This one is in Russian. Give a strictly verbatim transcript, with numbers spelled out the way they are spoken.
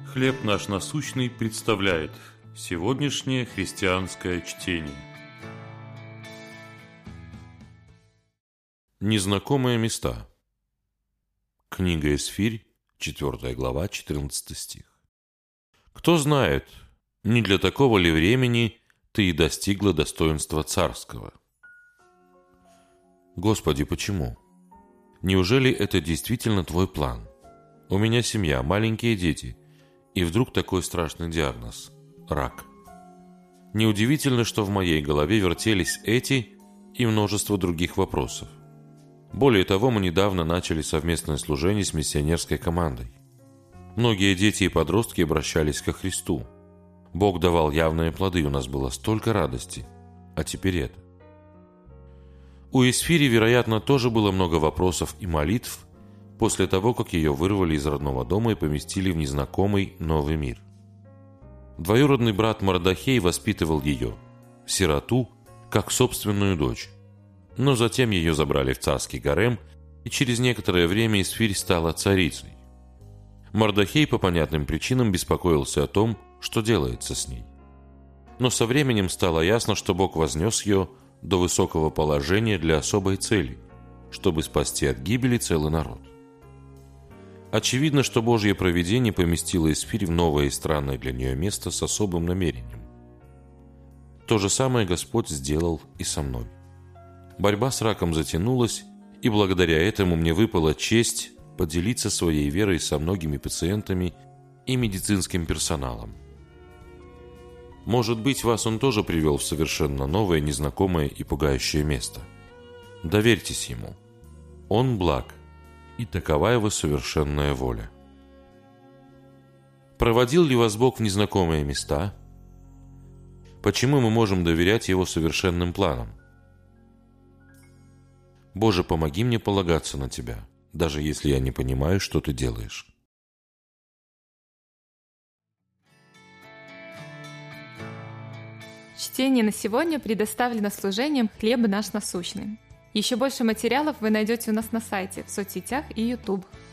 «Хлеб наш насущный» представляет сегодняшнее христианское чтение. Незнакомые места. Книга Эсфирь, четвёртая глава, четырнадцатый стих. «Кто знает, не для такого ли времени ты и достигла достоинства царского?» Господи, почему? Неужели это действительно Твой план? У меня семья, маленькие дети, и вдруг такой страшный диагноз – рак. Неудивительно, что в моей голове вертелись эти и множество других вопросов. Более того, мы недавно начали совместное служение с миссионерской командой. Многие дети и подростки обращались ко Христу. Бог давал явные плоды, у нас было столько радости. А теперь это. У Эсфири, вероятно, тоже было много вопросов и молитв после того, как ее вырвали из родного дома и поместили в незнакомый новый мир. Двоюродный брат Мардохей воспитывал ее, сироту, как собственную дочь. Но затем ее забрали в царский гарем, и через некоторое время Эсфирь стала царицей. Мардохей по понятным причинам беспокоился о том, что делается с ней. Но со временем стало ясно, что Бог вознес ее до высокого положения для особой цели, чтобы спасти от гибели целый народ. Очевидно, что Божье провидение поместило Эсфирь в новое и странное для нее место с особым намерением. То же самое Господь сделал и со мной. Борьба с раком затянулась, и благодаря этому мне выпала честь поделиться своей верой со многими пациентами и медицинским персоналом. Может быть, вас Он тоже привел в совершенно новое, незнакомое и пугающее место. Доверьтесь Ему. Он благ, и такова Его совершенная воля. Проводил ли вас Бог в незнакомые места? Почему мы можем доверять Его совершенным планам? Боже, помоги мне полагаться на Тебя, даже если я не понимаю, что Ты делаешь. Чтение на сегодня предоставлено служением «Хлеб наш насущный». Еще больше материалов вы найдете у нас на сайте, в соцсетях и YouTube.